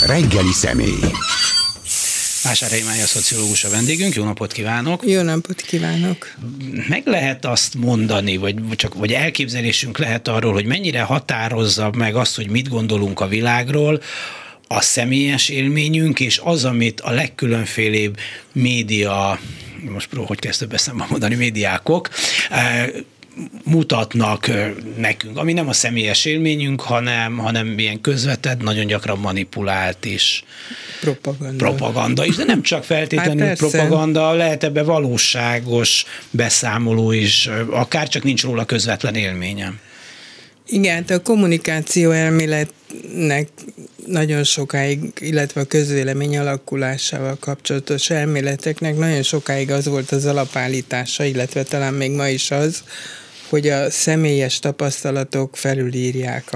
Reggeli személy. Vásárhelyi Mária szociológus a vendégünk, jó napot kívánok! Jó napot kívánok! Meg lehet azt mondani, vagy elképzelésünk lehet arról, hogy mennyire határozza meg azt, hogy mit gondolunk a világról, a személyes élményünk, és az, amit a legkülönfélébb média, most hogy kezd több eszembe mondani, médiákok, mutatnak nekünk, ami nem a személyes élményünk, hanem ilyen közvetett, nagyon gyakran manipulált is. Propaganda is, de nem csak feltétlenül propaganda, lehet ebbe valóságos beszámoló is, akár csak nincs róla közvetlen élményem. Igen, a kommunikáció elméletnek nagyon sokáig, illetve a közvélemény alakulásával kapcsolatos elméleteknek nagyon sokáig az volt az alapállítása, illetve talán még ma is az, hogy a személyes tapasztalatok felülírják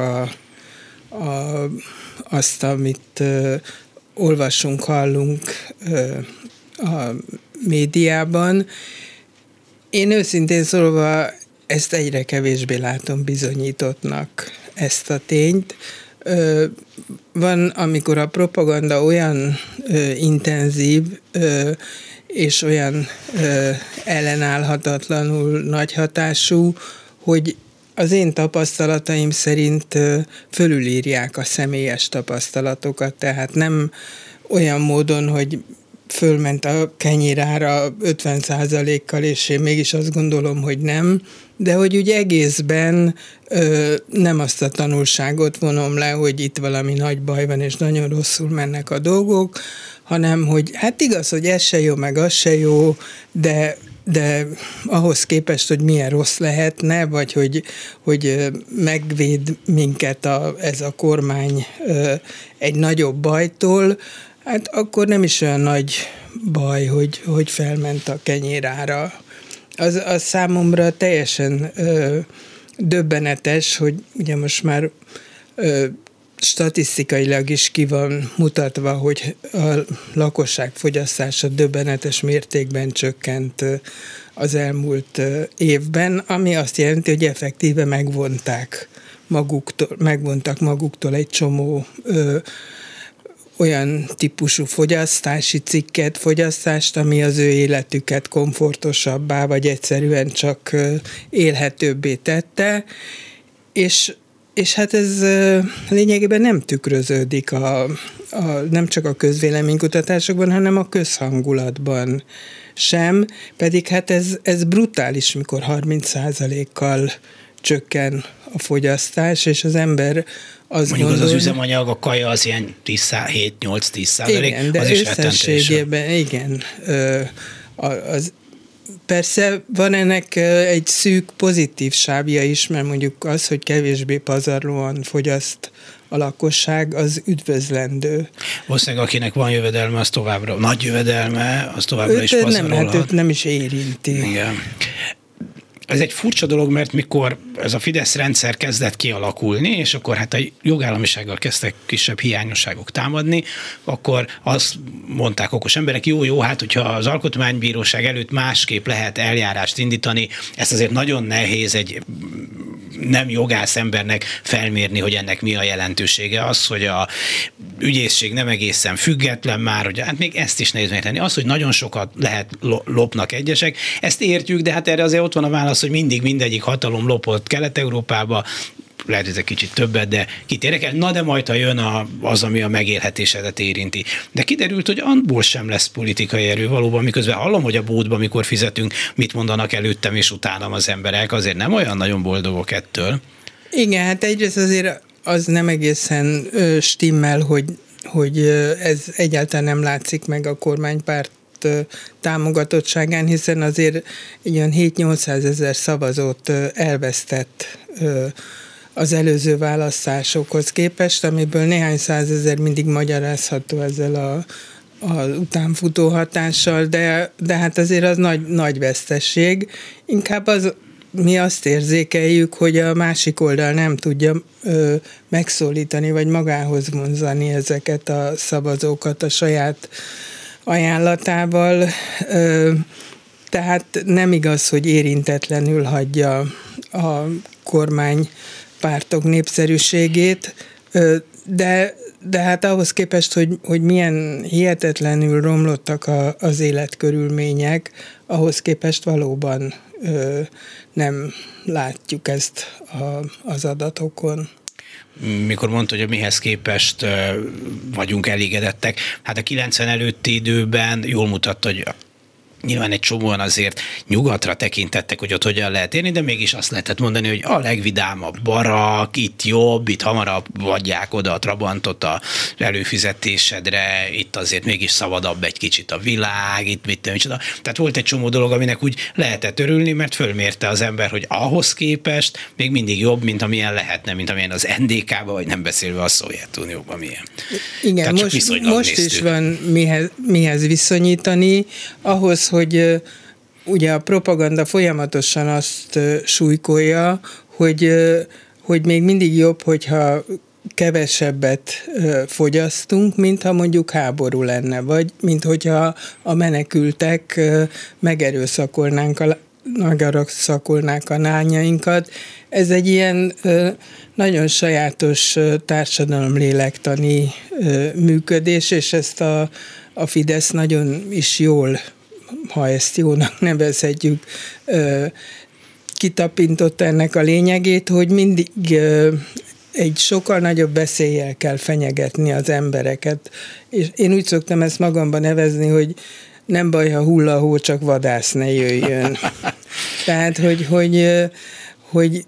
azt, amit olvasunk, hallunk a médiában. Én őszintén szólva ezt egyre kevésbé látom bizonyítottnak, ezt a tényt. Van, amikor a propaganda olyan intenzív és olyan ellenállhatatlanul nagy hatású, hogy az én tapasztalataim szerint fölülírják a személyes tapasztalatokat, tehát nem olyan módon, hogy fölment a kenyérára 50%-kal, és én mégis azt gondolom, hogy nem, de hogy úgy egészben nem azt a tanulságot vonom le, hogy itt valami nagy baj van, és nagyon rosszul mennek a dolgok, hanem hogy hát igaz, hogy ez se jó, meg az se jó, de ahhoz képest, hogy milyen rossz lehetne, vagy hogy megvéd minket ez a kormány egy nagyobb bajtól, hát akkor nem is olyan nagy baj, hogy felment a kenyérára. Az számomra teljesen döbbenetes, hogy ugye most már statisztikailag is ki van mutatva, hogy a lakosság fogyasztása döbbenetes mértékben csökkent az elmúlt évben, ami azt jelenti, hogy effektíve megvontak maguktól egy csomó olyan típusú fogyasztást, ami az ő életüket komfortosabbá, vagy egyszerűen csak élhetőbbé tette, és hát ez lényegében nem tükröződik nem csak a közvéleménykutatásokban, hanem a közhangulatban sem, pedig hát ez brutális, mikor 30%-kal csökken a fogyasztás, és az ember azt mondjuk gondol, az üzemanyag, a kaja az ilyen 7-8-10%, igen, de az is összességében, igen. Persze van ennek egy szűk pozitív sávja is, mert mondjuk az, hogy kevésbé pazarlóan fogyaszt a lakosság, az üdvözlendő. Valószínűleg akinek van jövedelme, az továbbra, nagy jövedelme, az továbbra is pazarolhat. Őt nem is érinti. Igen. Ez egy furcsa dolog, mert mikor ez a Fidesz rendszer kezdett kialakulni, és akkor hát a jogállamisággal kezdtek kisebb hiányosságok támadni, akkor azt mondták okos emberek, jó, hát hogyha az alkotmánybíróság előtt másképp lehet eljárást indítani, ezt azért nagyon nehéz egy nem jogász embernek felmérni, hogy ennek mi a jelentősége. Az, hogy a ügyészség nem egészen független már, hogy hát még ezt is nehéz megtenni. Az, hogy nagyon sokat lopnak egyesek, ezt értjük, de hát erre azért ott van a válasz, hogy mindig mindegyik hatalom lopott Kelet-Európába, lehet, hogy ez egy kicsit többet, de kitérek el. Na de majd, ha jön az, ami a megélhetésedet érinti. De kiderült, hogy abból sem lesz politikai erő valóban, miközben hallom, hogy a bódba, mikor fizetünk, mit mondanak előttem és utánam az emberek, azért nem olyan nagyon boldogok ettől. Igen, hát egyrészt azért az nem egészen stimmel, hogy ez egyáltalán nem látszik meg a kormánypárt támogatottságán, hiszen azért egy olyan 7-800 ezer szavazót elvesztett az előző választásokhoz képest, amiből néhány százezer mindig magyarázható ezzel az utánfutó hatással, de hát azért az nagy vesztesség. Inkább mi azt érzékeljük, hogy a másik oldal nem tudja megszólítani, vagy magához vonzani ezeket a szavazókat a saját ajánlatával. Tehát nem igaz, hogy érintetlenül hagyja a kormánypártok népszerűségét, de De hát ahhoz képest, hogy milyen hihetetlenül romlottak az életkörülmények, ahhoz képest valóban nem látjuk ezt az adatokon. Mikor mondta, hogy mihez képest vagyunk elégedettek, hát a 90 előtti időben jól mutatta, hogy nyilván egy csomóan azért nyugatra tekintettek, hogy ott hogyan lehet élni, de mégis azt lehetett mondani, hogy a legvidámabb barak, itt jobb, itt hamarabb adják oda a Trabantot az előfizetésedre, itt azért mégis szabadabb egy kicsit a világ, itt mit tudom, micsoda. Tehát volt egy csomó dolog, aminek úgy lehetett örülni, mert fölmérte az ember, hogy ahhoz képest még mindig jobb, mint amilyen lehetne, mint amilyen az NDK-ban, vagy nem beszélve a Szovjetunióban milyen. Igen, most is van mihez viszonyítani, ahhoz, hogy ugye a propaganda folyamatosan azt súlykolja, hogy még mindig jobb, hogyha kevesebbet fogyasztunk, mint ha mondjuk háború lenne, vagy mint hogyha a menekültek megerőszakolnák a lányainkat. Ez egy ilyen nagyon sajátos társadalomlélektani működés, és ezt a Fidesz nagyon is jól, ha ezt jónak nevezhetjük, kitapintott ennek a lényegét, hogy mindig egy sokkal nagyobb veszéllyel kell fenyegetni az embereket. És én úgy szoktam ezt magamban nevezni, hogy nem baj, ha hull a hó, csak vadász ne jöjjön. Tehát, hogy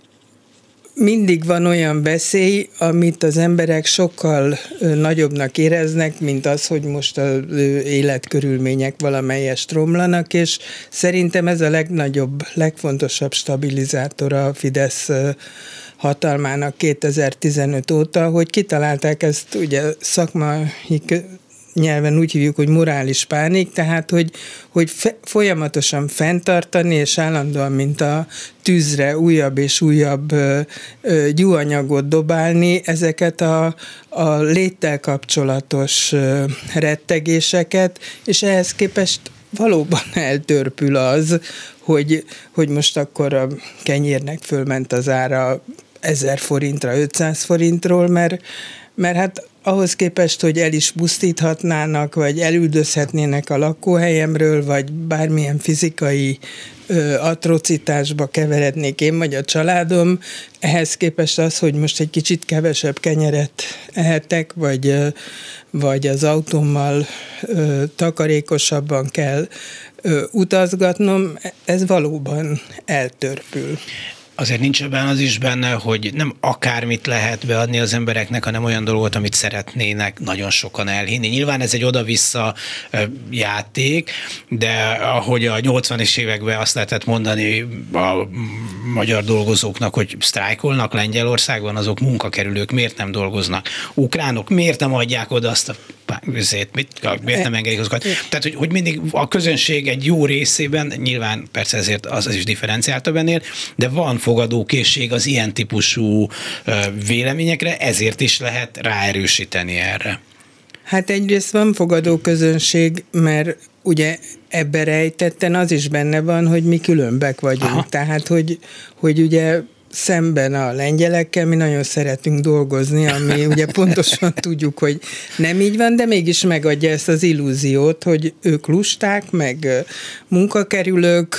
mindig van olyan veszély, amit az emberek sokkal nagyobbnak éreznek, mint az, hogy most az életkörülmények valamelyest romlanak, és szerintem ez a legnagyobb, legfontosabb stabilizátora a Fidesz hatalmának 2015 óta, hogy kitalálták ezt, ugye szakmai nyelven úgy hívjuk, hogy morális pánik, tehát hogy folyamatosan fenntartani, és állandóan, mint a tűzre újabb és újabb gyúanyagot dobálni, ezeket a léttel kapcsolatos rettegéseket, és ehhez képest valóban eltörpül az, hogy most akkor a kenyérnek fölment az ára 1000 forintra, 500 forintról, mert hát ahhoz képest, hogy el is pusztíthatnának, vagy elüldözhetnének a lakóhelyemről, vagy bármilyen fizikai atrocitásba keverednék én, vagy a családom, ehhez képest az, hogy most egy kicsit kevesebb kenyeret ehetek, vagy az autómmal takarékosabban kell utazgatnom, ez valóban eltörpül. Azért nincs ebben az is benne, hogy nem akármit lehet beadni az embereknek, hanem olyan dolgot, amit szeretnének nagyon sokan elhinni. Nyilván ez egy oda-vissza játék, de ahogy a 80-es években azt lehetett mondani a magyar dolgozóknak, hogy sztrájkolnak Lengyelországban, azok munkakerülők, miért nem dolgoznak? Ukránok, miért nem adják oda azt a miért nem engedik azokat? Tehát, hogy mindig a közönség egy jó részében, nyilván persze ezért az is differenciáltabb ennél, de van fogadókészség az ilyen típusú véleményekre, ezért is lehet ráerősíteni erre. Hát egyrészt van fogadó közönség, mert ugye ebbe rejtetten az is benne van, hogy mi különbek vagyunk. Aha. Tehát, hogy ugye szemben a lengyelekkel mi nagyon szeretünk dolgozni, ami ugye pontosan tudjuk, hogy nem így van, de mégis megadja ezt az illúziót, hogy ők lusták, meg munkakerülők,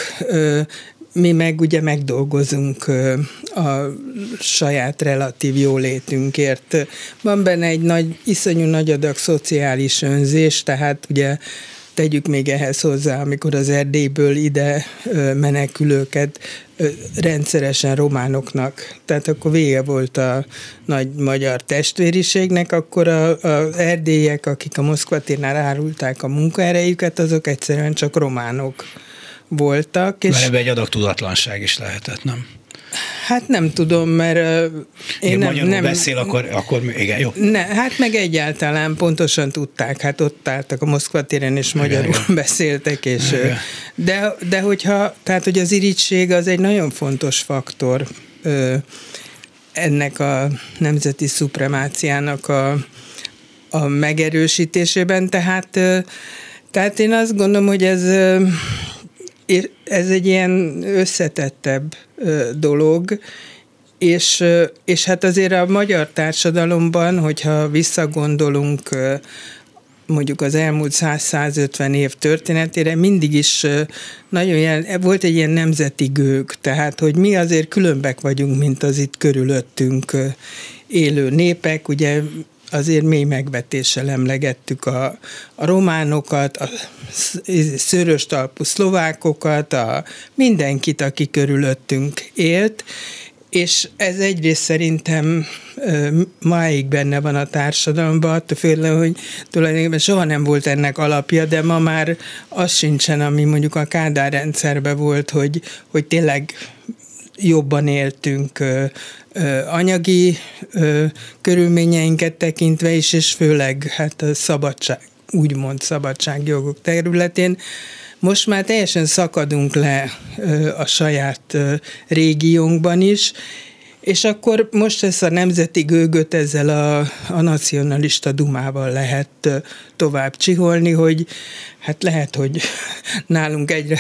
mi meg ugye megdolgozunk a saját relatív jólétünkért. Van benne egy iszonyú nagy adag szociális önzés, tehát ugye tegyük még ehhez hozzá, amikor az Erdélyből ide menekülőket rendszeresen románoknak, tehát akkor vége volt a nagy magyar testvériségnek, akkor az erdélyiek, akik a Moszkva térnál árulták a munkaerejüket, azok egyszerűen csak románok voltak. Mert ebben egy adag tudatlanság is lehetett, nem? Hát nem tudom, mert én nem beszél, akkor igen, jó. Hát meg egyáltalán pontosan tudták, hát ott álltak a Moszkva téren, és magyarul beszéltek, és de hogyha, tehát hogy az irigység az egy nagyon fontos faktor ennek a nemzeti szupremáciának a megerősítésében, tehát én azt gondolom, hogy ez egy ilyen összetettebb dolog, És hát azért a magyar társadalomban, hogyha visszagondolunk mondjuk az elmúlt 100-150 év történetére, mindig is volt egy ilyen nemzeti gőg, tehát hogy mi azért különbek vagyunk, mint az itt körülöttünk élő népek, ugye azért mély megvetéssel emlegettük a románokat, a szőrös talpú szlovákokat, mindenkit, aki körülöttünk élt, és ez egyrészt szerintem máig benne van a társadalomban, attól félre, hogy tulajdonképpen soha nem volt ennek alapja, de ma már az sincsen, ami mondjuk a Kádár rendszerben volt, hogy tényleg jobban éltünk anyagi körülményeinket tekintve is, és főleg hát a úgymond szabadságjogok területén. Most már teljesen szakadunk le a saját régiónkban is, és akkor most ezt a nemzeti gőgöt ezzel a nacionalista dumával lehet tovább csiholni, hogy hát lehet, hogy nálunk egyre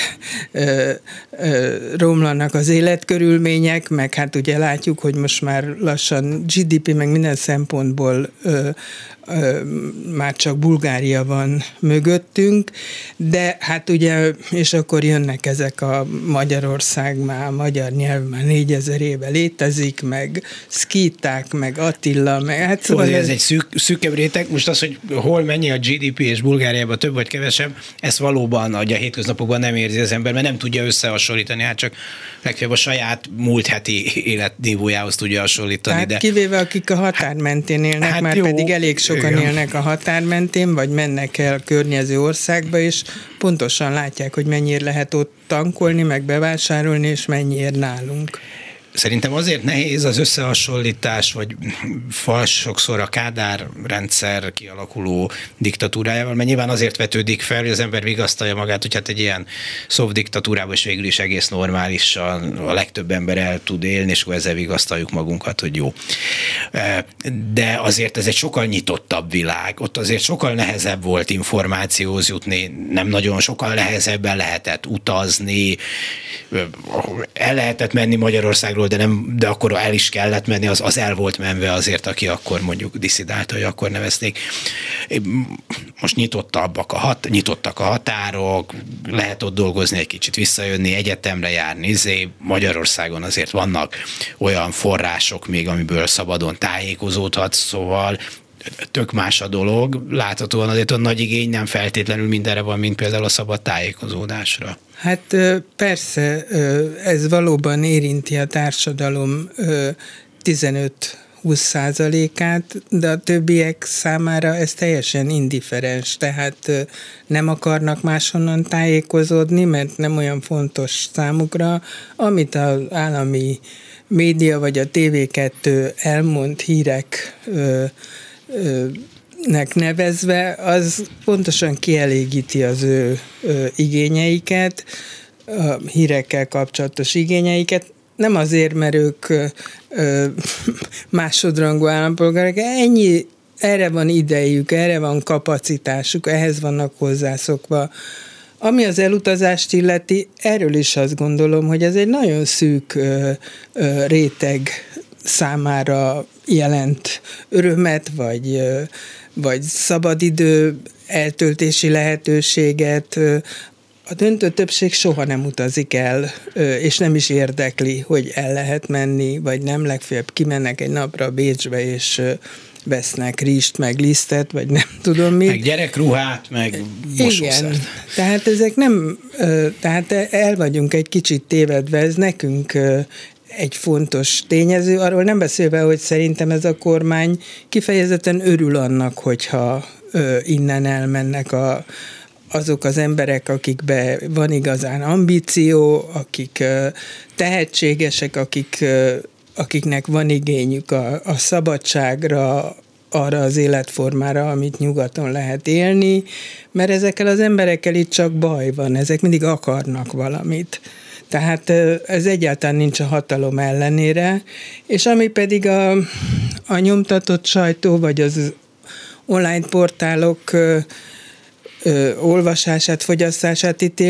romlanak az életkörülmények, meg hát ugye látjuk, hogy most már lassan GDP, meg minden szempontból már csak Bulgária van mögöttünk, de hát ugye, és akkor jönnek ezek a Magyarország, már magyar nyelv már 4000 éve létezik, meg szkíták, meg Attila, meg hát szóval ez egy szűkebb réteg. Most az, hogy hol mennyi a GDP és Bulgáriában több vagy kevesebb, ezt valóban a hétköznapokban nem érzi az ember, mert nem tudja összehasonlítani, hát csak legfeljebb a saját múlt heti életnívójához tudja hasonlítani. Hát kivéve akik a határ mentén élnek, hát már jó, pedig elég sokan élnek a határ mentén, vagy mennek el környező országba, és pontosan látják, hogy mennyire lehet ott tankolni, meg bevásárolni, és mennyire nálunk. Szerintem azért nehéz az összehasonlítás, vagy sokszor a Kádár rendszer kialakuló diktatúrájával, mert nyilván azért vetődik fel, hogy az ember vigasztalja magát, hogy hát egy ilyen soft diktatúrában is végül is egész normálisan a legtöbb ember el tud élni, és akkor ezzel vigasztaljuk magunkat, hogy jó. De azért ez egy sokkal nyitottabb világ, ott azért sokkal nehezebb volt információhoz jutni, nem nagyon, sokkal nehezebben lehetett utazni, el lehetett menni Magyarországról, de akkor el is kellett menni, az el volt menve azért, aki akkor mondjuk disszidálta, hogy akkor nevezték. Most nyitottak a határok, lehet ott dolgozni, egy kicsit visszajönni, egyetemre járni, Magyarországon azért vannak olyan források még, amiből szabadon tájékozódhat, szóval tök más a dolog. Láthatóan azért a nagy igény nem feltétlenül mindenre van, mint például a szabad tájékozódásra. Hát persze, ez valóban érinti a társadalom 15-20%-át, de a többiek számára ez teljesen indiferens, tehát nem akarnak máshonnan tájékozódni, mert nem olyan fontos számukra, amit az állami média vagy a TV2 elmond hírek nek nevezve, az pontosan kielégíti az ő igényeiket, a hírekkel kapcsolatos igényeiket, nem azért, mert ők másodrangú állampolgárok, erre van idejük, erre van kapacitásuk, ehhez vannak hozzászokva. Ami az elutazást illeti, erről is azt gondolom, hogy ez egy nagyon szűk réteg számára jelent örömet, vagy szabadidő eltöltési lehetőséget. A döntő többség soha nem utazik el, és nem is érdekli, hogy el lehet menni, vagy nem, legfeljebb kimennek egy napra Bécsbe, és vesznek rizst, meg lisztet, vagy nem tudom mit. Meg gyerekruhát, meg mosószert. Igen, tehát ezek nem, tehát el vagyunk egy kicsit tévedve, ez nekünk egy fontos tényező, arról nem beszélve, hogy szerintem ez a kormány kifejezetten örül annak, hogyha innen elmennek azok az emberek, akikben van igazán ambíció, akik tehetségesek, akiknek van igényük a szabadságra, arra az életformára, amit nyugaton lehet élni, mert ezekkel az emberekkel itt csak baj van, ezek mindig akarnak valamit. Tehát ez egyáltalán nincs a hatalom ellenére, és ami pedig a nyomtatott sajtó, vagy az online portálok olvasását, fogyasztását ítéli,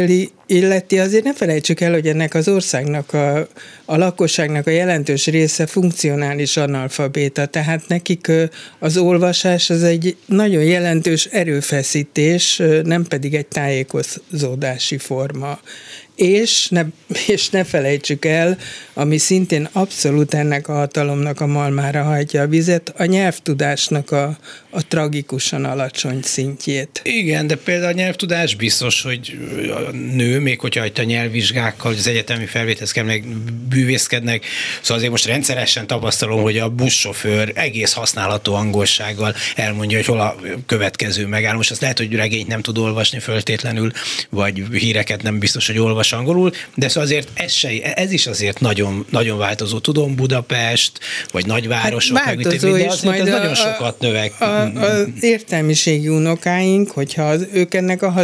illeti, azért ne felejtsük el, hogy ennek az országnak, a lakosságnak a jelentős része funkcionális analfabéta, tehát nekik az olvasás az egy nagyon jelentős erőfeszítés, nem pedig egy tájékozódási forma. És ne felejtsük el, ami szintén abszolút ennek a hatalomnak a malmára hajtja a vizet, a nyelvtudásnak a tragikusan alacsony szintjét. Igen, de például a nyelvtudás biztos, hogy a nő, még hogyha a nyelvvizsgákkal, az egyetemi felvételezkednek, bűvészkednek, szóval azért most rendszeresen tapasztalom, hogy a buszsofőr egész használható angolsággal elmondja, hogy hol a következő megáll. Most azt lehet, hogy regényt nem tud olvasni föltétlenül, vagy híreket nem biztos, hogy olvas angolul, de szóval azért ez is azért nagyon, nagyon változó. Tudom, Budapest, vagy nagyvárosok, hát változó, de és majd nagyon sokat növek. Az értelmiségi unokáink, hogyha ők ennek a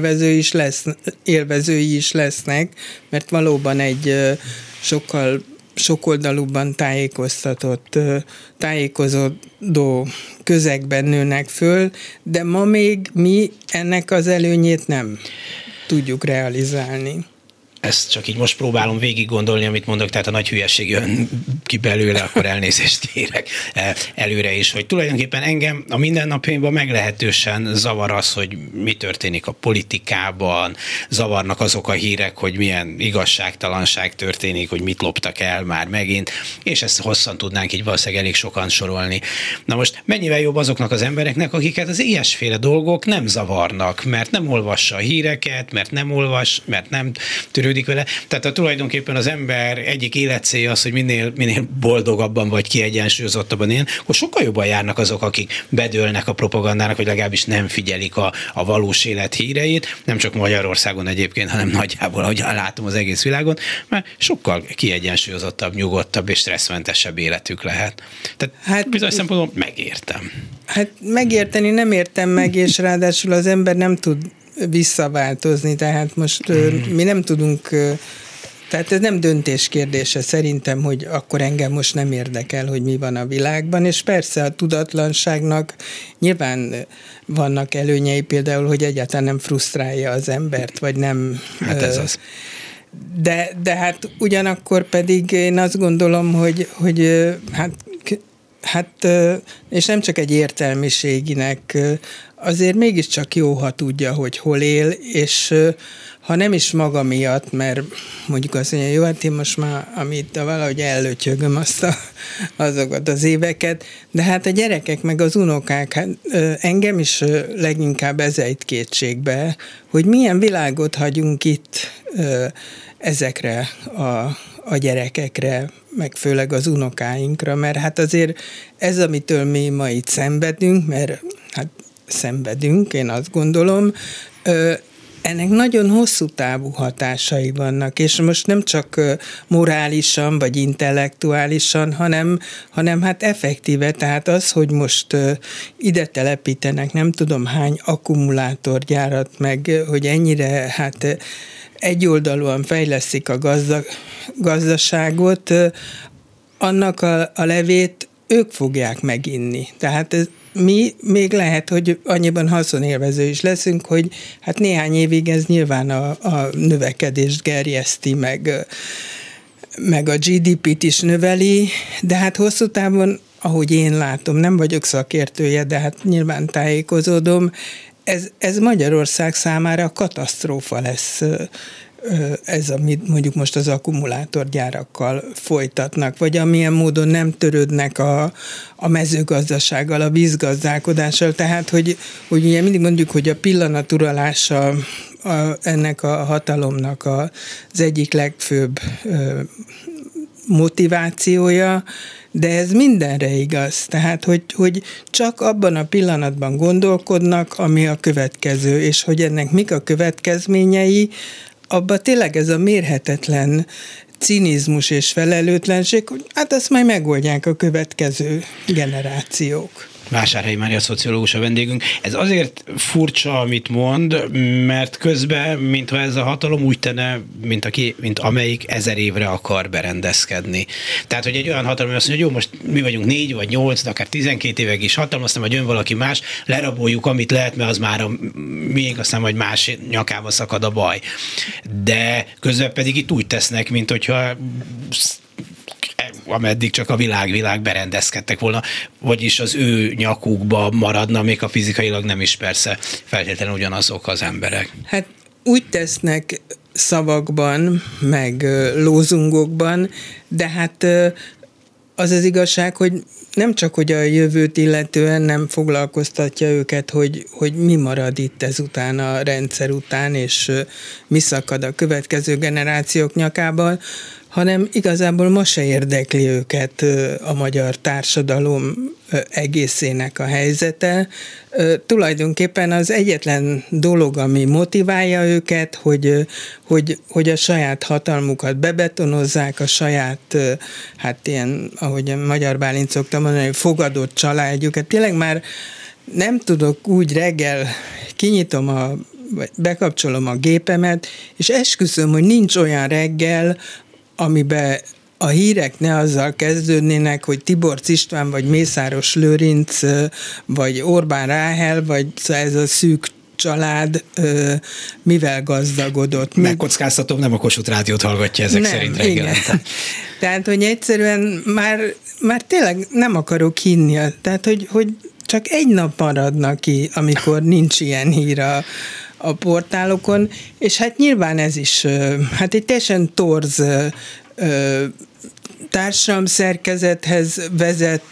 élvezői is lesznek, mert valóban egy sokkal sokoldalúbban tájékozódó közegben nőnek föl, de ma még mi ennek az előnyét nem tudjuk realizálni. Ezt csak így most próbálom végig gondolni, amit mondok, tehát a nagy hülyeség jön ki belőle, akkor elnézést kérek előre is, hogy tulajdonképpen engem a mindennapjaimban meglehetősen zavar az, hogy mi történik a politikában, zavarnak azok a hírek, hogy milyen igazságtalanság történik, hogy mit loptak el már megint, és ezt hosszan tudnánk így valószínűleg elég sokan sorolni. Na most mennyivel jobb azoknak az embereknek, akiket az ilyesféle dolgok nem zavarnak, mert nem olvassa a híreket, mert nem törődik vele. Tehát tulajdonképpen az ember egyik életcélja az, hogy minél boldogabban vagy kiegyensúlyozottabban éljen, akkor sokkal jobban járnak azok, akik bedőlnek a propagandának, vagy legalábbis nem figyelik a valós élet híreit, nem csak Magyarországon egyébként, hanem nagyjából, ahogy látom az egész világon, mert sokkal kiegyensúlyozottabb, nyugodtabb és stresszmentesebb életük lehet. Tehát bizonyos szempontból megértem. Hát megérteni nem értem meg, és ráadásul az ember nem tud visszaváltozni, tehát most mi nem tudunk, tehát ez nem döntés kérdése szerintem, hogy akkor engem most nem érdekel, hogy mi van a világban, és persze a tudatlanságnak nyilván vannak előnyei, például, hogy egyáltalán nem frusztrálja az embert, vagy nem... Hát ez az. De hát ugyanakkor pedig én azt gondolom, hogy és nem csak egy értelmiséginek, azért mégiscsak jó, ha tudja, hogy hol él, és ha nem is maga miatt, mert mondjuk azt mondja, jó, hát én most már, amit valahogy ellötyögöm azokat az éveket, de hát a gyerekek meg az unokák, hát engem is leginkább ez ejt kétségbe, hogy milyen világot hagyunk itt ezekre a gyerekekre, meg főleg az unokáinkra, mert hát azért ez, amitől mi ma itt szenvedünk, mert hát szenvedünk, én azt gondolom, ennek nagyon hosszú távú hatásai vannak, és most nem csak morálisan vagy intellektuálisan, hanem hát effektíve, tehát az, hogy most ide telepítenek nem tudom hány akkumulátorgyárat, meg hogy ennyire hát egyoldalúan fejlesztik a gazdaságot, annak a levét ők fogják meginni. Tehát mi még lehet, hogy annyiban haszonélvező is leszünk, hogy hát néhány évig ez nyilván a növekedést gerjeszti, meg a GDP-t is növeli, de hát hosszú távon, ahogy én látom, nem vagyok szakértője, de hát nyilván tájékozódom, ez Magyarország számára katasztrófa lesz, ez, amit mondjuk most az akkumulátorgyárakkal folytatnak, vagy amilyen módon nem törődnek a mezőgazdasággal, a vízgazdálkodással. Tehát, hogy ugye mindig mondjuk, hogy a pillanaturalása ennek a hatalomnak az egyik legfőbb motivációja, de ez mindenre igaz. Tehát, hogy csak abban a pillanatban gondolkodnak, ami a következő, és hogy ennek mik a következményei, abban tényleg ez a mérhetetlen cinizmus és felelőtlenség, hogy hát azt majd megoldják a következő generációk. Vásárhelyi Mária szociológus a vendégünk. Ez azért furcsa, amit mond, mert közben, mintha ez a hatalom úgy tenne, mint amelyik 1000 évre akar berendezkedni. Tehát, hogy egy olyan hatalom, azt mondja, hogy jó, most mi vagyunk 4 vagy 8, de akár 12 évig is hatalom, aztán majd jön valaki más, leraboljuk, amit lehet, mert az már még aztán majd más nyakába szakad a baj. De közben pedig itt úgy tesznek, mint hogyha ameddig csak a világ berendezkedtek volna, vagyis az ő nyakukba maradna, még a fizikailag nem is persze feltétlenül ugyanazok az emberek. Hát úgy tesznek szavakban, meg lózungokban, de hát az igazság, hogy nem csak, hogy a jövőt illetően nem foglalkoztatja őket, hogy mi marad itt ezután a rendszer után, és mi szakad a következő generációk nyakában, hanem igazából ma se érdekli őket a magyar társadalom egészének a helyzete. Tulajdonképpen az egyetlen dolog, ami motiválja őket, hogy a saját hatalmukat bebetonozzák, a saját, hát ilyen, ahogy a Magyar Bálint szoktam mondani, fogadott családjukat. Tényleg már nem tudok úgy reggel, vagy bekapcsolom a gépemet, és esküszöm, hogy nincs olyan reggel, amiben a hírek ne azzal kezdődnének, hogy Tiborcs István, vagy Mészáros Lőrinc, vagy Orbán Ráhel, vagy ez a szűk család mivel gazdagodott. Megkockáztatom, nem a Kossuth Rádiót hallgatja ezek szerint reggelente. Tehát, hogy egyszerűen már tényleg nem akarok hinni. Tehát, hogy csak egy nap maradna ki, amikor nincs ilyen hír a portálokon, és hát nyilván ez is, hát egy teljesen torz társadalomszerkezethez vezet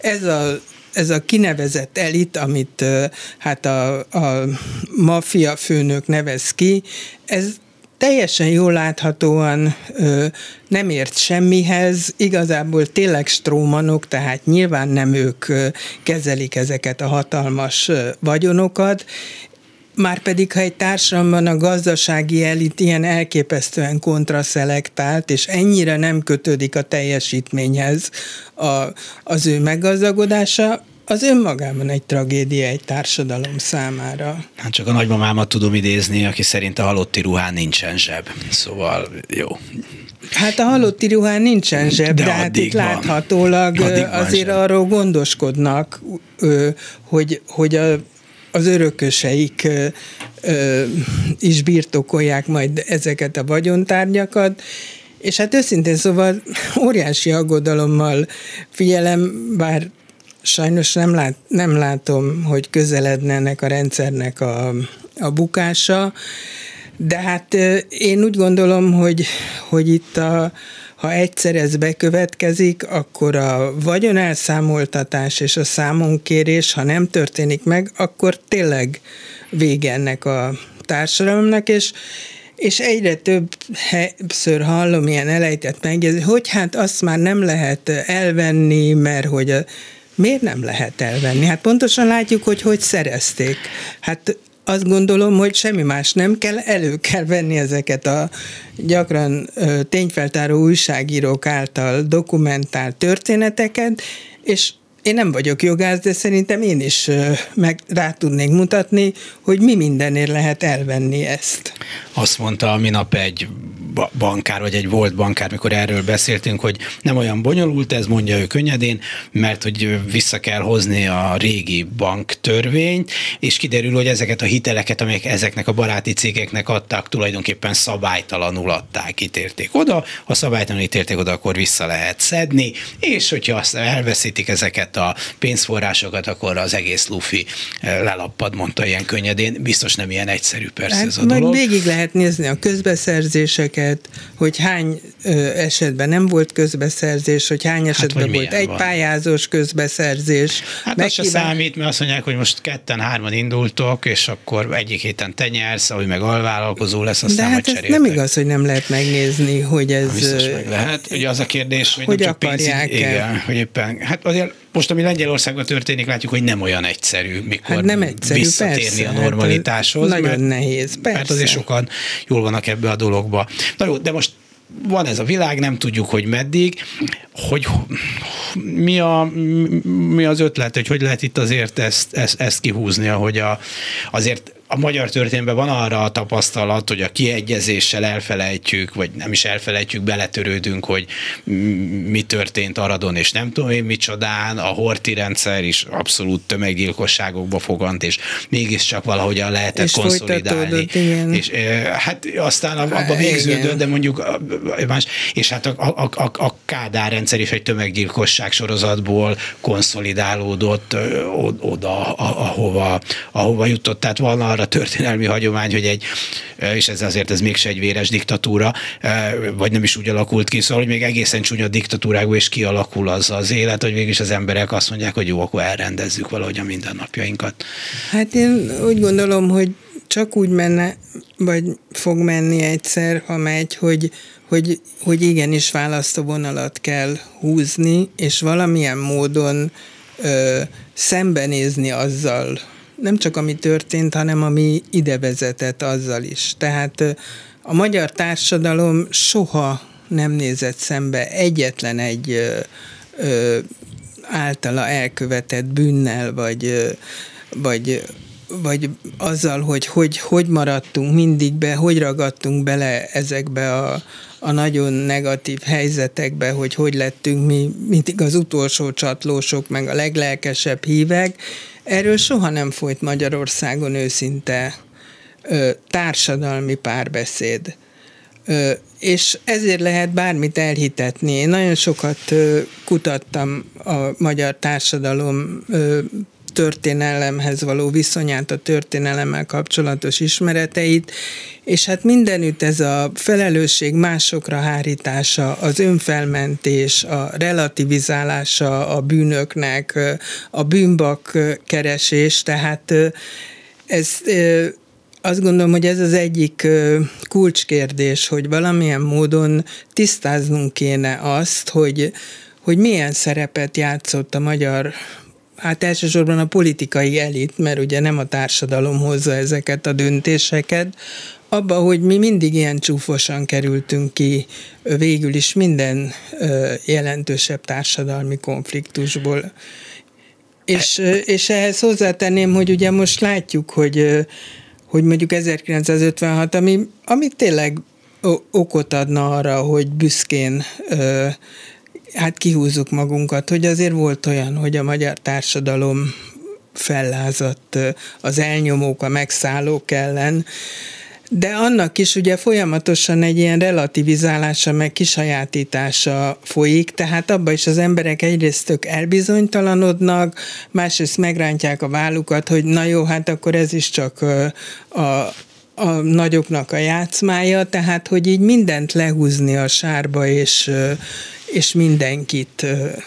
ez a kinevezett elit, amit hát a maffia főnök nevez ki, ez teljesen jól láthatóan nem ért semmihez, igazából tényleg strómanok, tehát nyilván nem ők kezelik ezeket a hatalmas vagyonokat, márpedig, ha egy társadalomban a gazdasági elit ilyen elképesztően kontraszelektált, és ennyire nem kötődik a teljesítményhez az ő meggazdagodása, az önmagában egy tragédia egy társadalom számára. Hát csak a nagymamámat tudom idézni, aki szerint a halotti ruhán nincsen zseb. Szóval jó. Hát a halotti ruhán nincsen zseb, de hát itt láthatólag azért arról gondoskodnak, hogy az örököseik is birtokolják majd ezeket a vagyontárgyakat, és hát őszintén szóval óriási aggodalommal figyelem, bár sajnos nem látom, hogy közeledne ennek a rendszernek a bukása, de hát én úgy gondolom, hogy itt ha egyszer ez bekövetkezik, akkor a vagyonelszámoltatás és a számonkérés, ha nem történik meg, akkor tényleg vége ennek a társadalomnak, és egyre többször hallom ilyen elejtett megjegyzést, hogy hát azt már nem lehet elvenni, mert hogy miért nem lehet elvenni? Hát pontosan látjuk, hogy szerezték. Hát azt gondolom, hogy semmi más nem kell, elő kell venni ezeket a gyakran tényfeltáró újságírók által dokumentált történeteket, és én nem vagyok jogász, de szerintem én is meg rá tudnék mutatni, hogy mi mindenért lehet elvenni ezt. Azt mondta minap egy bankár, vagy egy volt bankár, mikor erről beszéltünk, hogy nem olyan bonyolult ez, mondja ő könnyedén, mert hogy vissza kell hozni a régi banktörvényt, és kiderül, hogy ezeket a hiteleket, amelyek ezeknek a baráti cégeknek adtak, tulajdonképpen szabálytalanul adták, ítélték oda, ha szabálytalanul ítélték oda, akkor vissza lehet szedni, és hogyha azt elveszítik ezeket a pénzforrásokat, akkor az egész lufi lelappad, mondta ilyen könnyedén. Biztos nem ilyen egyszerű persze ez a dolog. Végig lehet nézni a közbeszerzéseket, hogy hány esetben nem volt közbeszerzés, hogy hány esetben volt egy pályázós közbeszerzés. Hát az se számít, mert azt mondják, hogy most 2-3 indultok, és akkor egyik héten te nyersz, ahogy meg alvállalkozó lesz, aztán majd cseréltek. Nem igaz, hogy nem lehet megnézni, hogy ez... Biztos meg lehet. Ugye az a kérdés, hogy nem csak pénzügy, igen, hogy éppen, hát azért most, ami Lengyelországban történik, látjuk, hogy nem olyan egyszerű, mikor hát nem egyszerű, visszatérni persze, a normalitáshoz. Nagyon nehéz, persze. Mert azért sokan jól vannak ebbe a dologba. Na jó, de most van ez a világ, nem tudjuk, hogy meddig, hogy mi az ötlet, hogy lehet itt azért ezt kihúzni, ahogy azért a magyar történelemben van arra a tapasztalat, hogy a kiegyezéssel elfelejtjük, vagy nem is elfelejtjük, beletörődünk, hogy mi történt Aradon, és nem tudom én micsodán, a Horthy rendszer is abszolút tömeggyilkosságokba fogant, és mégiscsak valahogyan lehetett konszolidálni. És hát aztán abba végződött, de mondjuk más, és hát a Kádár rendszer is egy tömeggyilkosság sorozatból konszolidálódott oda, ahova jutott. Tehát van arra történelmi hagyomány, hogy és ez mégse egy véres diktatúra, vagy nem is úgy alakult ki, szóval, hogy még egészen csúnya diktatúrákból is kialakul az élet, hogy végülis az emberek azt mondják, hogy jó, akkor elrendezzük valahogy a mindennapjainkat. Hát én úgy gondolom, hogy csak úgy menne, vagy fog menni egyszer, ha megy, hogy igenis választóvonalat kell húzni, és valamilyen módon szembenézni azzal, nem csak ami történt, hanem ami ide vezetett azzal is. Tehát a magyar társadalom soha nem nézett szembe egyetlen egy általa elkövetett bűnnel, vagy azzal, hogy maradtunk mindig be, hogy ragadtunk bele ezekbe a nagyon negatív helyzetekbe, hogy lettünk mi mindig az utolsó csatlósok, meg a leglelkesebb hívek. Erről soha nem folyt Magyarországon őszinte társadalmi párbeszéd. És ezért lehet bármit elhitetni. Én nagyon sokat kutattam a magyar társadalom történelemhez való viszonyát, a történelemmel kapcsolatos ismereteit, és hát mindenütt ez a felelősség másokra hárítása, az önfelmentés, a relativizálása a bűnöknek, a bűnbak keresés, tehát ez azt gondolom, hogy ez az egyik kulcskérdés, hogy valamilyen módon tisztáznunk kéne azt, hogy milyen szerepet játszott a magyar, hát elsősorban a politikai elit, mert ugye nem a társadalom hozza ezeket a döntéseket, abba, hogy mi mindig ilyen csúfosan kerültünk ki végül is minden jelentősebb társadalmi konfliktusból. És ehhez hozzátenném, hogy ugye most látjuk, hogy mondjuk 1956, ami tényleg okot adna arra, hogy büszkén hát kihúzzuk magunkat, hogy azért volt olyan, hogy a magyar társadalom fellázadt az elnyomók, a megszállók ellen, de annak is ugye folyamatosan egy ilyen relativizálása, meg kisajátítása folyik, tehát abban is az emberek egyrészt tök elbizonytalanodnak, másrészt megrántják a vállukat, hogy na jó, hát akkor ez is csak a nagyoknak a játszmája, tehát hogy így mindent lehúzni a sárba, és mindenkit,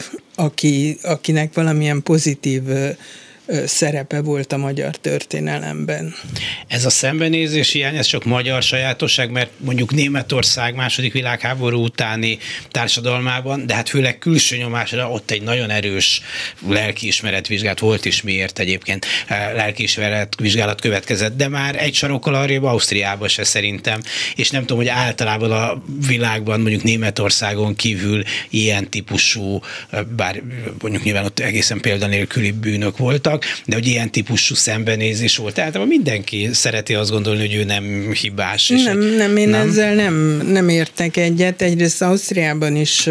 akinek valamilyen pozitív szerepe volt a magyar történelemben. Ez a szembenézés hiány, ez csak magyar sajátosság, mert mondjuk Németország második világháború utáni társadalmában, de hát főleg külső nyomásra ott egy nagyon erős lelkiismeretvizsgálat volt is, miért egyébként lelkiismeretvizsgálat következett, de már egy sarokkal arrébb Ausztriában se szerintem, és nem tudom, hogy általában a világban, mondjuk Németországon kívül ilyen típusú, bár mondjuk nyilván ott egészen példanélküli bűnök voltak, de hogy ilyen típusú szembenézés volt. Tehát mindenki szereti azt gondolni, hogy ő nem hibás. És nem, én ezzel nem értek egyet. Egyrészt Ausztriában is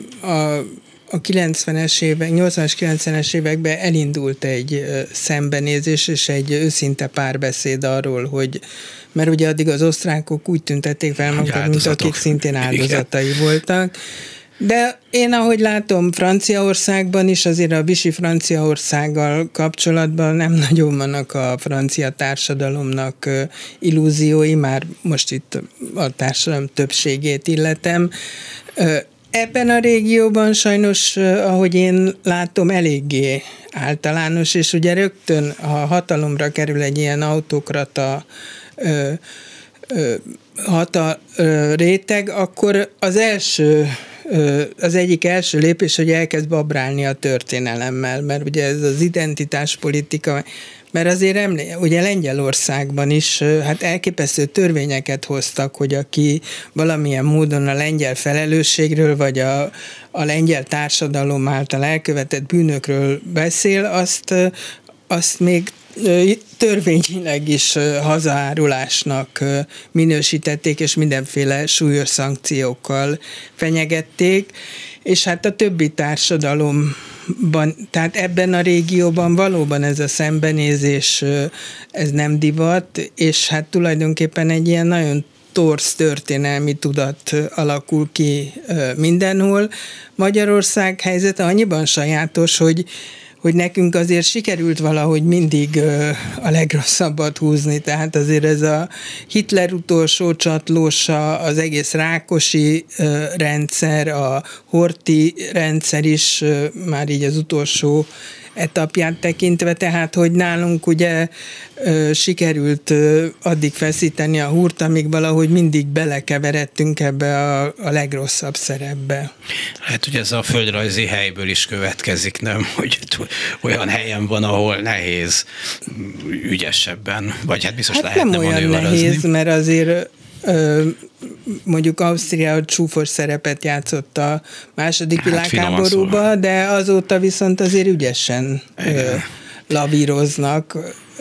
a 90-es évek, 80-as, 90-es években elindult egy szembenézés és egy őszinte párbeszéd arról, hogy mert ugye addig az osztrákok úgy tüntették fel magukat, mint akik szintén áldozatai voltak. De én, ahogy látom, Franciaországban is azért a Vichy Franciaországgal kapcsolatban nem nagyon vannak a francia társadalomnak illúziói, már most itt a társadalom többségét illetem. Ebben a régióban sajnos, ahogy én látom, eléggé általános, és ugye rögtön, ha hatalomra kerül egy ilyen autokrata réteg, akkor az első az egyik első lépés, hogy elkezd babrálni a történelemmel, mert ugye ez az identitáspolitika, mert azért ugye Lengyelországban is hát elképesztő törvényeket hoztak, hogy aki valamilyen módon a lengyel felelősségről, vagy a lengyel társadalom által elkövetett bűnökről beszél, azt még törvényileg is hazaárulásnak minősítették, és mindenféle súlyos szankciókkal fenyegették, és hát a többi társadalomban, tehát ebben a régióban valóban ez a szembenézés, ez nem divat, és hát tulajdonképpen egy ilyen nagyon torz történelmi tudat alakul ki mindenhol. Magyarország helyzete annyiban sajátos, hogy nekünk azért sikerült valahogy mindig a legrosszabbat húzni, tehát azért ez a Hitler utolsó csatlósa, az egész Rákosi rendszer, a Horthy rendszer is már így az utolsó etapját tekintve, tehát hogy nálunk ugye sikerült addig feszíteni a húrt, amíg valahogy mindig belekeveredtünk ebbe a legrosszabb szerepbe. Hát ugye ez a földrajzi helyből is következik, nem? Hogy olyan helyen van, ahol nehéz ügyesebben, vagy hát biztos lehetne manőverezni. Nem olyan nehéz, mert azért mondjuk Ausztria csúfos szerepet játszott a második világháborúban, de azóta viszont azért ügyesen lavíroznak.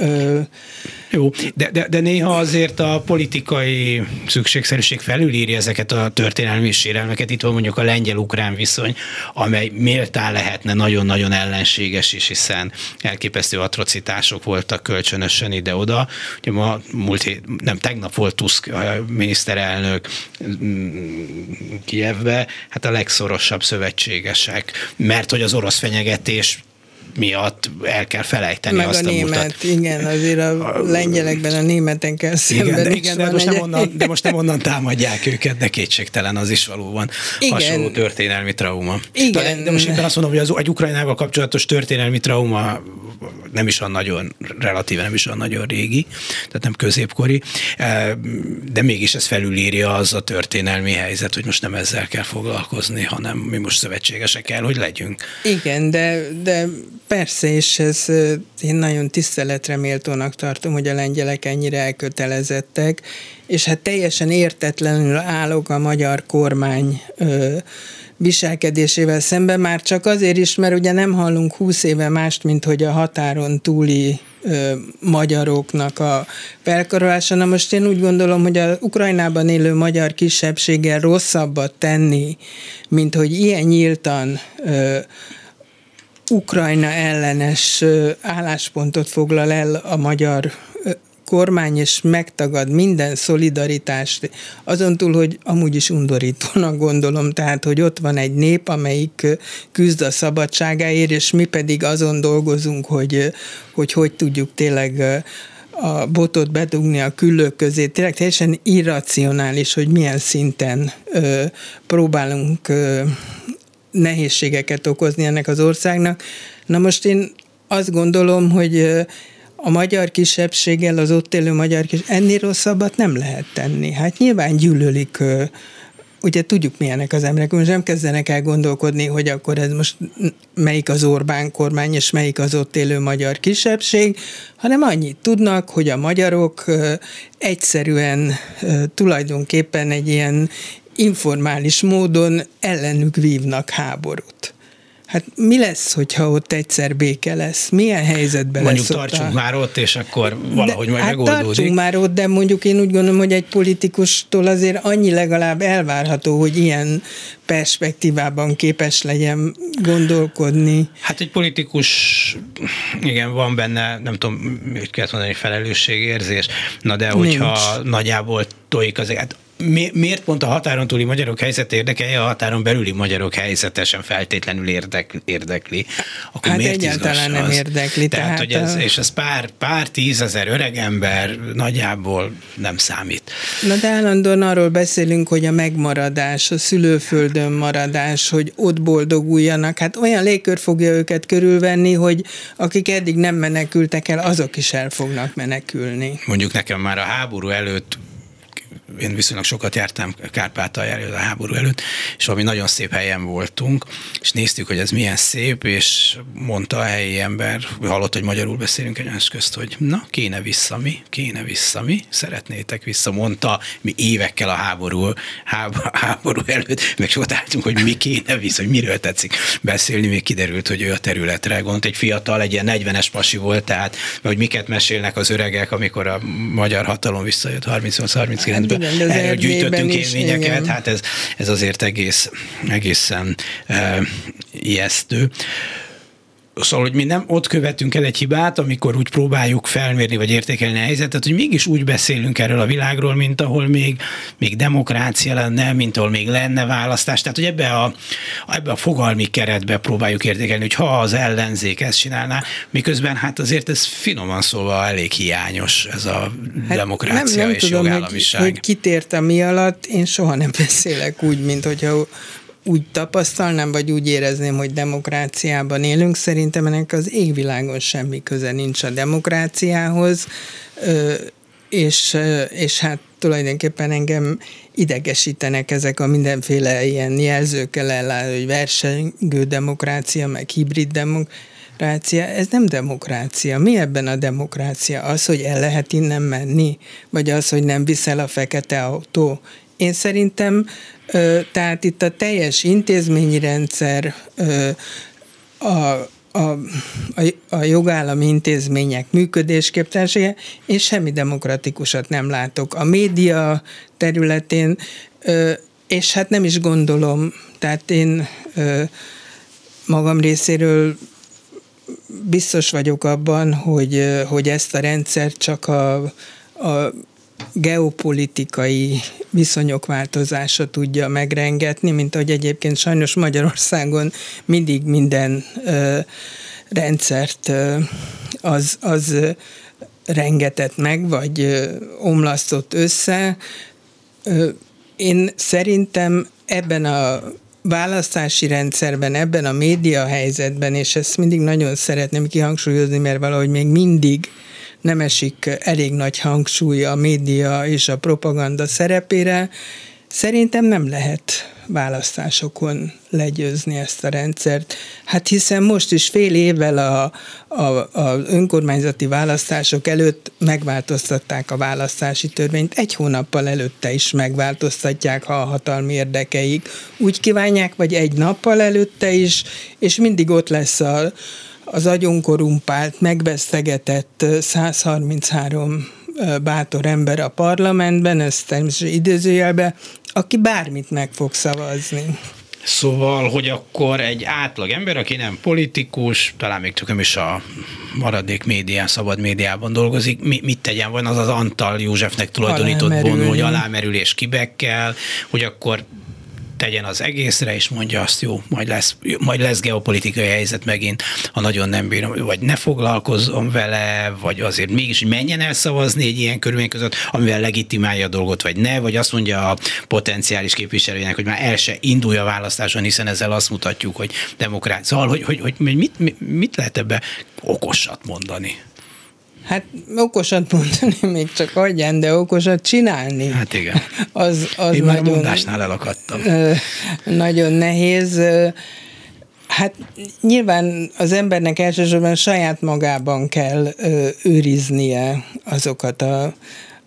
Jó, de néha azért a politikai szükségszerűség felülírja ezeket a történelmi sérelmeket. Itt van mondjuk a lengyel-ukrán viszony, amely méltán lehetne nagyon-nagyon ellenséges is, hiszen elképesztő atrocitások voltak kölcsönösen ide-oda. Ugye tegnap volt Tusk miniszterelnök Kijevbe, hát a legszorosabb szövetségesek, mert hogy az orosz fenyegetés miatt el kell felejteni meg azt a múltat. Igen, azért a lengyelekben a németen kell szemben. Igen, de most nem onnan támadják őket, de kétségtelen az is valóban hasonló történelmi trauma. Igen. De most éppen azt mondom, hogy az Ukrajnával kapcsolatos történelmi trauma nem is olyan nagyon, relatíve nem is olyan nagyon régi, tehát nem középkori, de mégis ez felülírja az a történelmi helyzet, hogy most nem ezzel kell foglalkozni, hanem mi most szövetségesek kell, hogy legyünk. Igen, de persze, és ez én nagyon tiszteletre méltónak tartom, hogy a lengyelek ennyire elkötelezettek, és hát teljesen értetlenül állok a magyar kormány viselkedésével szemben, már csak azért is, mert ugye nem hallunk 20 éve mást, mint hogy a határon túli magyaroknak a felkarolása. Na most én úgy gondolom, hogy az Ukrajnában élő magyar kisebbséggel rosszabbat tenni, mint hogy ilyen nyíltan Ukrajna ellenes álláspontot foglal el a magyar kormány, és megtagad minden szolidaritást, azon túl, hogy amúgy is undorítónak gondolom, tehát, hogy ott van egy nép, amelyik küzd a szabadságáért, és mi pedig azon dolgozunk, hogy tudjuk tényleg a botot bedugni a küllők közé. Tényleg teljesen irracionális, hogy milyen szinten próbálunk nehézségeket okozni ennek az országnak. Na most én azt gondolom, hogy a magyar kisebbséggel, az ott élő magyar kisebbséggel ennél rosszabbat nem lehet tenni. Hát nyilván gyűlölik, ugye tudjuk milyenek az emberek, most nem kezdenek el gondolkodni, hogy akkor ez most melyik az Orbán kormány, és melyik az ott élő magyar kisebbség, hanem annyit tudnak, hogy a magyarok egyszerűen tulajdonképpen egy ilyen informális módon ellenük vívnak háborút. Hát mi lesz, hogyha ott egyszer béke lesz? Milyen helyzetben mondjuk lesz tartsunk már ott, és akkor valahogy majd megoldódik. Tartsunk már ott, de mondjuk én úgy gondolom, hogy egy politikustól azért annyi legalább elvárható, hogy ilyen perspektívában képes legyen gondolkodni. Hát egy politikus, igen, van benne, nem tudom, mit kellett mondani, felelősségérzés, na de hogyha nagyjából tojik azért, hát miért pont a határon túli magyarok helyzete érdekelje, a határon belüli magyarok helyzetesen feltétlenül érdekli, akkor hát miért egyáltalán nem érdekli. Tehát hogy és ez pár tízezer öreg ember nagyjából nem számít. Na de állandóan arról beszélünk, hogy a megmaradás, a szülőföldön maradás, hogy ott boldoguljanak. Hát olyan légkör fogja őket körülvenni, hogy akik eddig nem menekültek el, azok is el fognak menekülni. Mondjuk nekem már a háború előtt én viszonylag sokat jártam Kárpátaljára a háború előtt, és valami nagyon szép helyen voltunk, és néztük, hogy ez milyen szép, és mondta a helyi ember, hallott, hogy magyarul beszélünk egymás közt, hogy na, kéne vissza mi, szeretnétek vissza, mondta, mi évekkel a háború előtt, meg sokat álltunk, hogy mi kéne vissza, hogy miről tetszik beszélni, még kiderült, hogy ő a területre gondolt, egy fiatal, egy ilyen 40-es pasi volt, tehát, hogy miket mesélnek az öregek, amikor a magyar hatalom visszajött 38-39-ben, erről gyűjtöttünk élményeket, igen. Hát ez azért egészen ijesztő. Szóval, hogy mi nem ott követünk el egy hibát, amikor úgy próbáljuk felmérni vagy értékelni a helyzetet, hogy mégis úgy beszélünk erről a világról, mint ahol még demokrácia lenne, mint ahol még lenne választás. Tehát, hogy ebbe a fogalmi keretbe próbáljuk értékelni, hogy ha az ellenzék ezt csinálná, miközben hát azért ez finoman szólva elég hiányos, ez a demokrácia nem és tudom, jogállamiság. hogy kitért a mi alatt, én soha nem beszélek úgy, mint hogyha úgy tapasztalnám, vagy úgy érezném, hogy demokráciában élünk. Szerintem ennek az égvilágon semmi köze nincs a demokráciához, és hát tulajdonképpen engem idegesítenek ezek a mindenféle ilyen jelzőkkel ellátó, hogy versengő demokrácia, meg hibrid demokrácia. Ez nem demokrácia. Mi ebben a demokrácia? Az, hogy el lehet innen menni? Vagy az, hogy nem viszel a fekete autó? Én szerintem, tehát itt a teljes intézményi rendszer, a jogállami intézmények működésképtelensége, én semmi demokratikusat nem látok. A média területén, és hát nem is gondolom, tehát én magam részéről biztos vagyok abban, hogy ezt a rendszert csak a geopolitikai viszonyok változása tudja megrengetni, mint ahogy egyébként sajnos Magyarországon mindig minden rendszert az rengetett meg, vagy omlasztott össze. Én szerintem ebben a választási rendszerben, ebben a média helyzetben, és ezt mindig nagyon szeretném kihangsúlyozni, mert valahogy még mindig nem esik elég nagy hangsúly a média és a propaganda szerepére. Szerintem nem lehet választásokon legyőzni ezt a rendszert. Hát hiszen most is fél évvel az önkormányzati választások előtt megváltoztatták a választási törvényt. Egy hónappal előtte is megváltoztatják, ha a hatalmi érdekeik úgy kívánják, vagy egy nappal előtte is, és mindig ott lesz az agyonkorumpált, megvesztegetett 133 bátor ember a parlamentben, ez természetesen idézőjelben, aki bármit meg fog szavazni. Szóval, hogy akkor egy átlag ember, aki nem politikus, talán még csak nem is a maradék médián, szabad médiában dolgozik, mit tegyen? Van az Antal Józsefnek tulajdonított bonus, hogy alámerülés kibekkel, hogy akkor tegyen az egészre, és mondja azt, jó, majd lesz geopolitikai helyzet megint, ha nagyon nem bírom, vagy ne foglalkozzon vele, vagy azért mégis, hogy menjen el szavazni egy ilyen körülmény között, amivel legitimálja a dolgot, vagy ne, vagy azt mondja a potenciális képviselőjének, hogy már el se indulja a választáson, hiszen ezzel azt mutatjuk, hogy demokrácia. Szóval, hogy mit lehet ebbe okosat mondani? Hát okosat mondani még csak adján, de okosat csinálni. Hát igen. Én már a mondásnál elakadtam. Nagyon nehéz. Hát nyilván az embernek elsősorban saját magában kell őriznie azokat a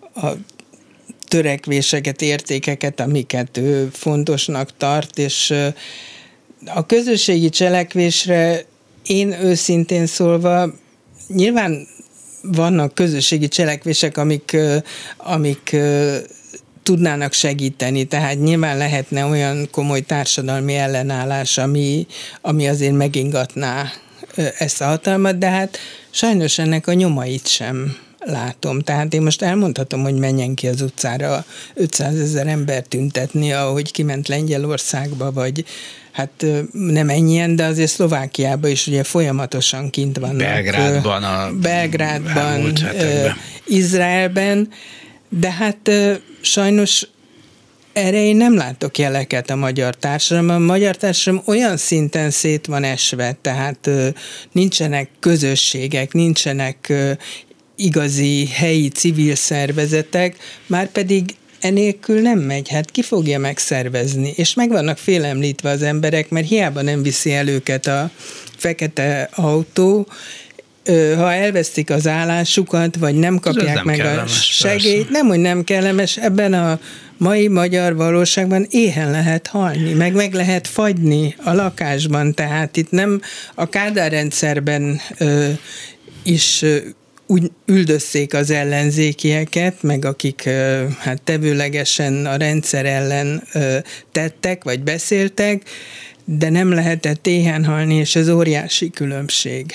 törekvéseket, értékeket, amiket ő fontosnak tart, és a közösségi cselekvésre én őszintén szólva nyilván vannak közösségi cselekvések, amik tudnának segíteni, tehát nyilván lehetne olyan komoly társadalmi ellenállás, ami azért megingatná ezt a hatalmat, de hát sajnos ennek a nyomait sem látom. Tehát én most elmondhatom, hogy menjen ki az utcára 500 000 ember tüntetni, ahogy kiment Lengyelországba, vagy hát nem ennyien, de azért Szlovákiában is ugye folyamatosan kint vannak. Belgrádban, Izraelben, de hát sajnos erre én nem látok jeleket a magyar társadalomban. A magyar társadalom olyan szinten szét van esve, tehát nincsenek közösségek, nincsenek igazi helyi civil szervezetek, márpedig enélkül nem megy, hát ki fogja megszervezni, és meg vannak félemlítve az emberek, mert hiába nem viszi el őket a fekete autó, ha elvesztik az állásukat, vagy nem kapják meg a segélyt, nem, hogy nem kellemes, ebben a mai magyar valóságban éhen lehet halni, meg lehet fagyni a lakásban, tehát itt nem a Kádár rendszerben is úgy üldözték az ellenzékieket, meg akik hát tevőlegesen a rendszer ellen tettek, vagy beszéltek, de nem lehetett éhen halni, és ez óriási különbség.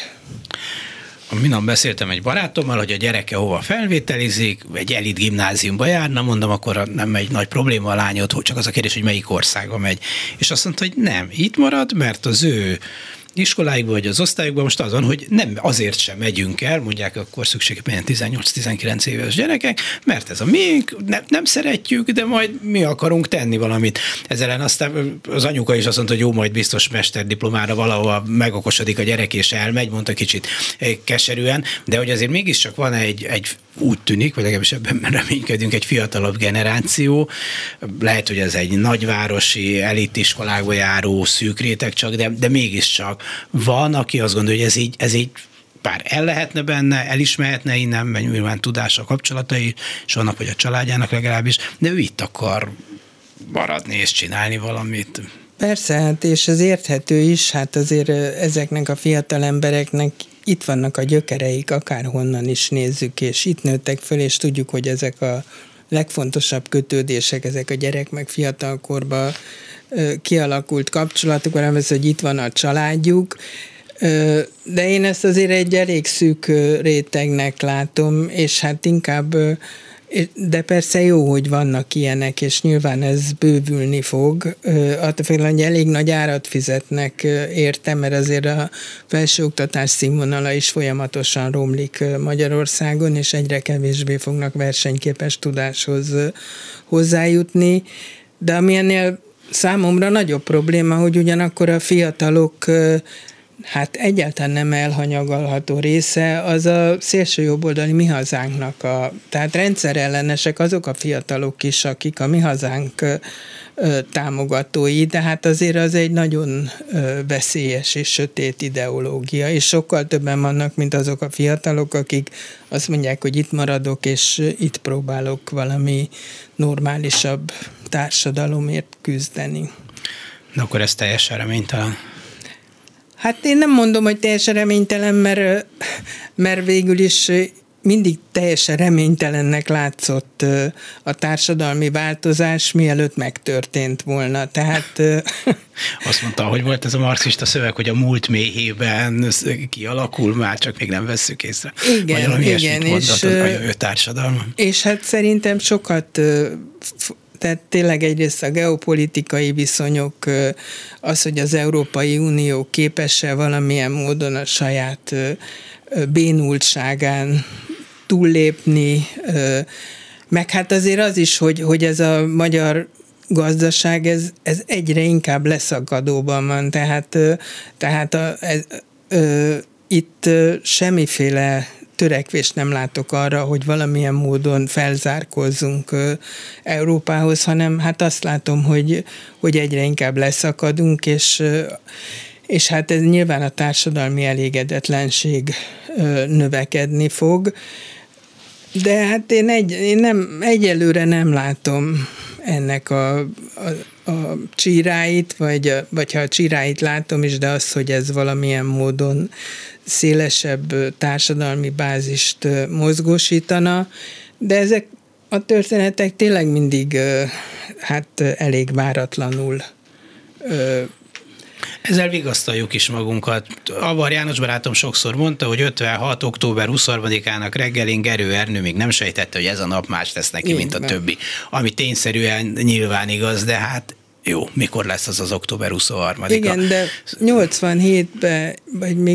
Minap beszéltem egy barátommal, hogy a gyereke hova felvételizik, egy elit gimnáziumba járna, mondom, akkor nem egy nagy probléma a lányod, csak az a kérdés, hogy melyik országba megy. És azt mondta, hogy nem, itt marad, mert az ő iskoláikban vagy az osztályokban most az van, hogy nem azért sem megyünk el, mondják akkor szükségében 18-19 éves gyerekek, mert ez a miénk, nem szeretjük, de majd mi akarunk tenni valamit. Ezzel ellen aztán az anyuka is azt mondta, hogy jó, majd biztos mesterdiplomára valahol megokosodik a gyerek és elmegy, mondta kicsit keserűen, de hogy azért mégiscsak van egy úgy tűnik, vagy legalábbis ebben reménykedünk, egy fiatalabb generáció, lehet, hogy ez egy nagyvárosi elitiskolákba járó szűk réteg csak, de mégiscsak van, aki azt gondolja, hogy ez így bár el lehetne benne, elismerhetne innen, mert nyilván tudása, kapcsolatai, és vannak, hogy a családjának legalábbis, de ő itt akar maradni és csinálni valamit. Persze, hát és ez érthető is, hát azért ezeknek a fiatal embereknek itt vannak a gyökereik, akárhonnan is nézzük, és itt nőttek föl, és tudjuk, hogy ezek a legfontosabb kötődések, ezek a gyerek meg fiatalkorban kialakult kapcsolatuk, hanem ez, hogy itt van a családjuk, de én ezt azért egy elég szűk rétegnek látom, és hát inkább, de persze jó, hogy vannak ilyenek, és nyilván ez bővülni fog. Attól függően, hogy elég nagy árat fizetnek érte, mert azért a felsőoktatás színvonala is folyamatosan romlik Magyarországon, és egyre kevésbé fognak versenyképes tudáshoz hozzájutni. De ami ennél számomra nagyobb probléma, hogy ugyanakkor a fiatalok hát egyáltalán nem elhanyagolható része az a szélsőjobboldali Mi Hazánknak tehát rendszerellenesek azok a fiatalok is, akik a Mi Hazánk támogatói, de hát azért az egy nagyon veszélyes és sötét ideológia, és sokkal többen vannak, mint azok a fiatalok, akik azt mondják, hogy itt maradok, és itt próbálok valami normálisabb társadalomért küzdeni. De akkor ez teljesen reménytelen. Hát én nem mondom, hogy teljesen reménytelen, mert végül is mindig teljesen reménytelennek látszott a társadalmi változás, mielőtt megtörtént volna. Tehát azt mondta, hogy volt ez a marxista szöveg, hogy a múlt méhében kialakul, már csak még nem vesszük észre. Igen, igen. És ő társadalma. És hát szerintem sokat, tehát tényleg egyrészt a geopolitikai viszonyok, az, hogy az Európai Unió képes-e valamilyen módon a saját bénultságán túllépni, meg hát azért az is, hogy ez a magyar gazdaság, ez egyre inkább leszakadóban van, tehát itt semmiféle törekvést nem látok arra, hogy valamilyen módon felzárkózzunk Európához, hanem hát azt látom, hogy egyre inkább leszakadunk, és hát ez nyilván a társadalmi elégedetlenség növekedni fog, de hát én egyelőre nem látom ennek a csíráit, vagy ha a csíráit látom is, de az, hogy ez valamilyen módon szélesebb társadalmi bázist mozgósítana, de ezek a történetek tényleg mindig hát elég váratlanul. Ezzel vigasztaljuk is magunkat. Avar János barátom sokszor mondta, hogy 56. október 23-ának reggelén Gerő Ernő még nem sejtette, hogy ez a nap más lesz neki, mint a többi. Ami tényszerűen nyilván igaz, de hát jó, mikor lesz az október 23-a? Igen, de 87-ben, vagy még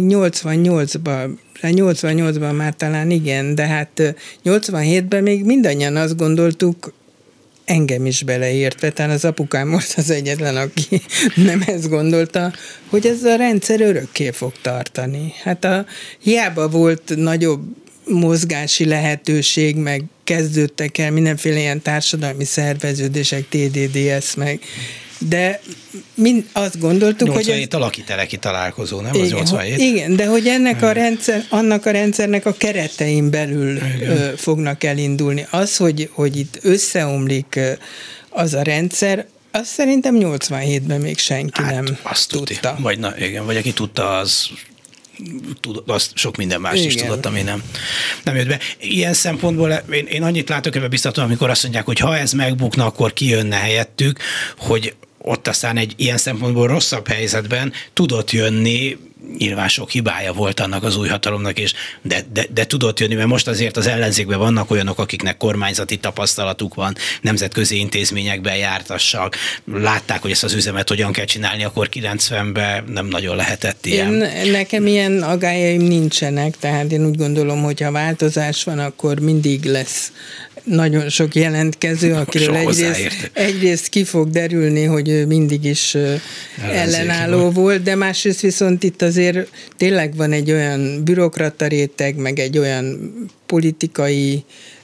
88-ban már talán igen, de hát 87-ben még mindannyian azt gondoltuk, engem is beleértve, talán az apukám most az egyetlen, aki nem ezt gondolta, hogy ez a rendszer örökké fog tartani. Hát hiába volt nagyobb mozgási lehetőség, meg kezdődtek el mindenféle ilyen társadalmi szerveződések, TDDS meg, de azt gondoltuk, 87 hogy... 87 találkozó, nem? Az 87? Igen, de hogy annak a rendszernek a keretein belül fognak elindulni. Az, hogy itt összeomlik az a rendszer, azt szerintem 87-ben még senki nem tudta. Vagy aki tudta, az sok minden más is tudott, ami nem jött be. Ilyen szempontból én annyit látok ebben biztatóan, amikor azt mondják, hogy ha ez megbukna, akkor ki jönne helyettük, hogy ott aztán egy ilyen szempontból rosszabb helyzetben tudott jönni, nyilván sok hibája volt annak az új hatalomnak, de tudott jönni, mert most azért az ellenzékben vannak olyanok, akiknek kormányzati tapasztalatuk van, nemzetközi intézményekben jártassak, látták, hogy ezt az üzemet hogyan kell csinálni, akkor 90-ben nem nagyon lehetett ilyen. Nekem ilyen agályaim nincsenek, tehát én úgy gondolom, hogy ha változás van, akkor mindig lesz nagyon sok jelentkező, akiről egyrészt ki fog derülni, hogy mindig is ellenálló volt, de másrészt viszont itt azért tényleg van egy olyan bürokrata réteg, meg egy olyan politikai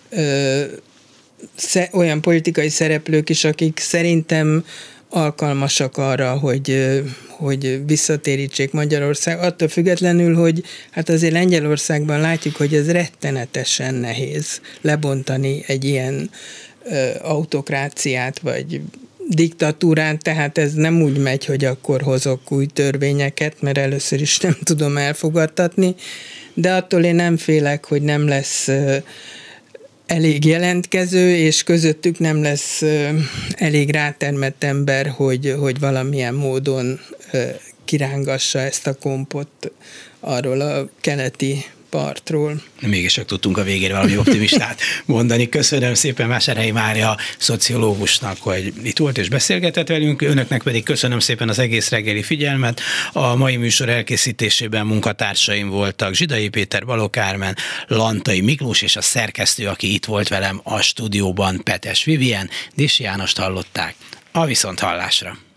szereplők is, akik szerintem alkalmasak arra, hogy visszatérítsék Magyarország. Attól függetlenül, hogy hát azért Lengyelországban látjuk, hogy ez rettenetesen nehéz lebontani egy ilyen autokráciát, vagy diktatúrát, tehát ez nem úgy megy, hogy akkor hozok új törvényeket, mert először is nem tudom elfogadtatni, de attól én nem félek, hogy nem lesz elég jelentkező, és közöttük nem lesz elég rátermett ember, hogy valamilyen módon kirángassa ezt a kompot arról a keleti partról. Mégis csak tudtunk a végére valami optimistát mondani. Köszönöm szépen Vásárhelyi Mária szociológusnak, hogy itt volt és beszélgetett velünk, önöknek pedig köszönöm szépen az egész reggeli figyelmet. A mai műsor elkészítésében munkatársaim voltak Zsidai Péter, Balogh Ármen, Lantai Miklós, és a szerkesztő, aki itt volt velem a stúdióban, Petes Vivien. Dési Jánost hallották. A viszonthallásra.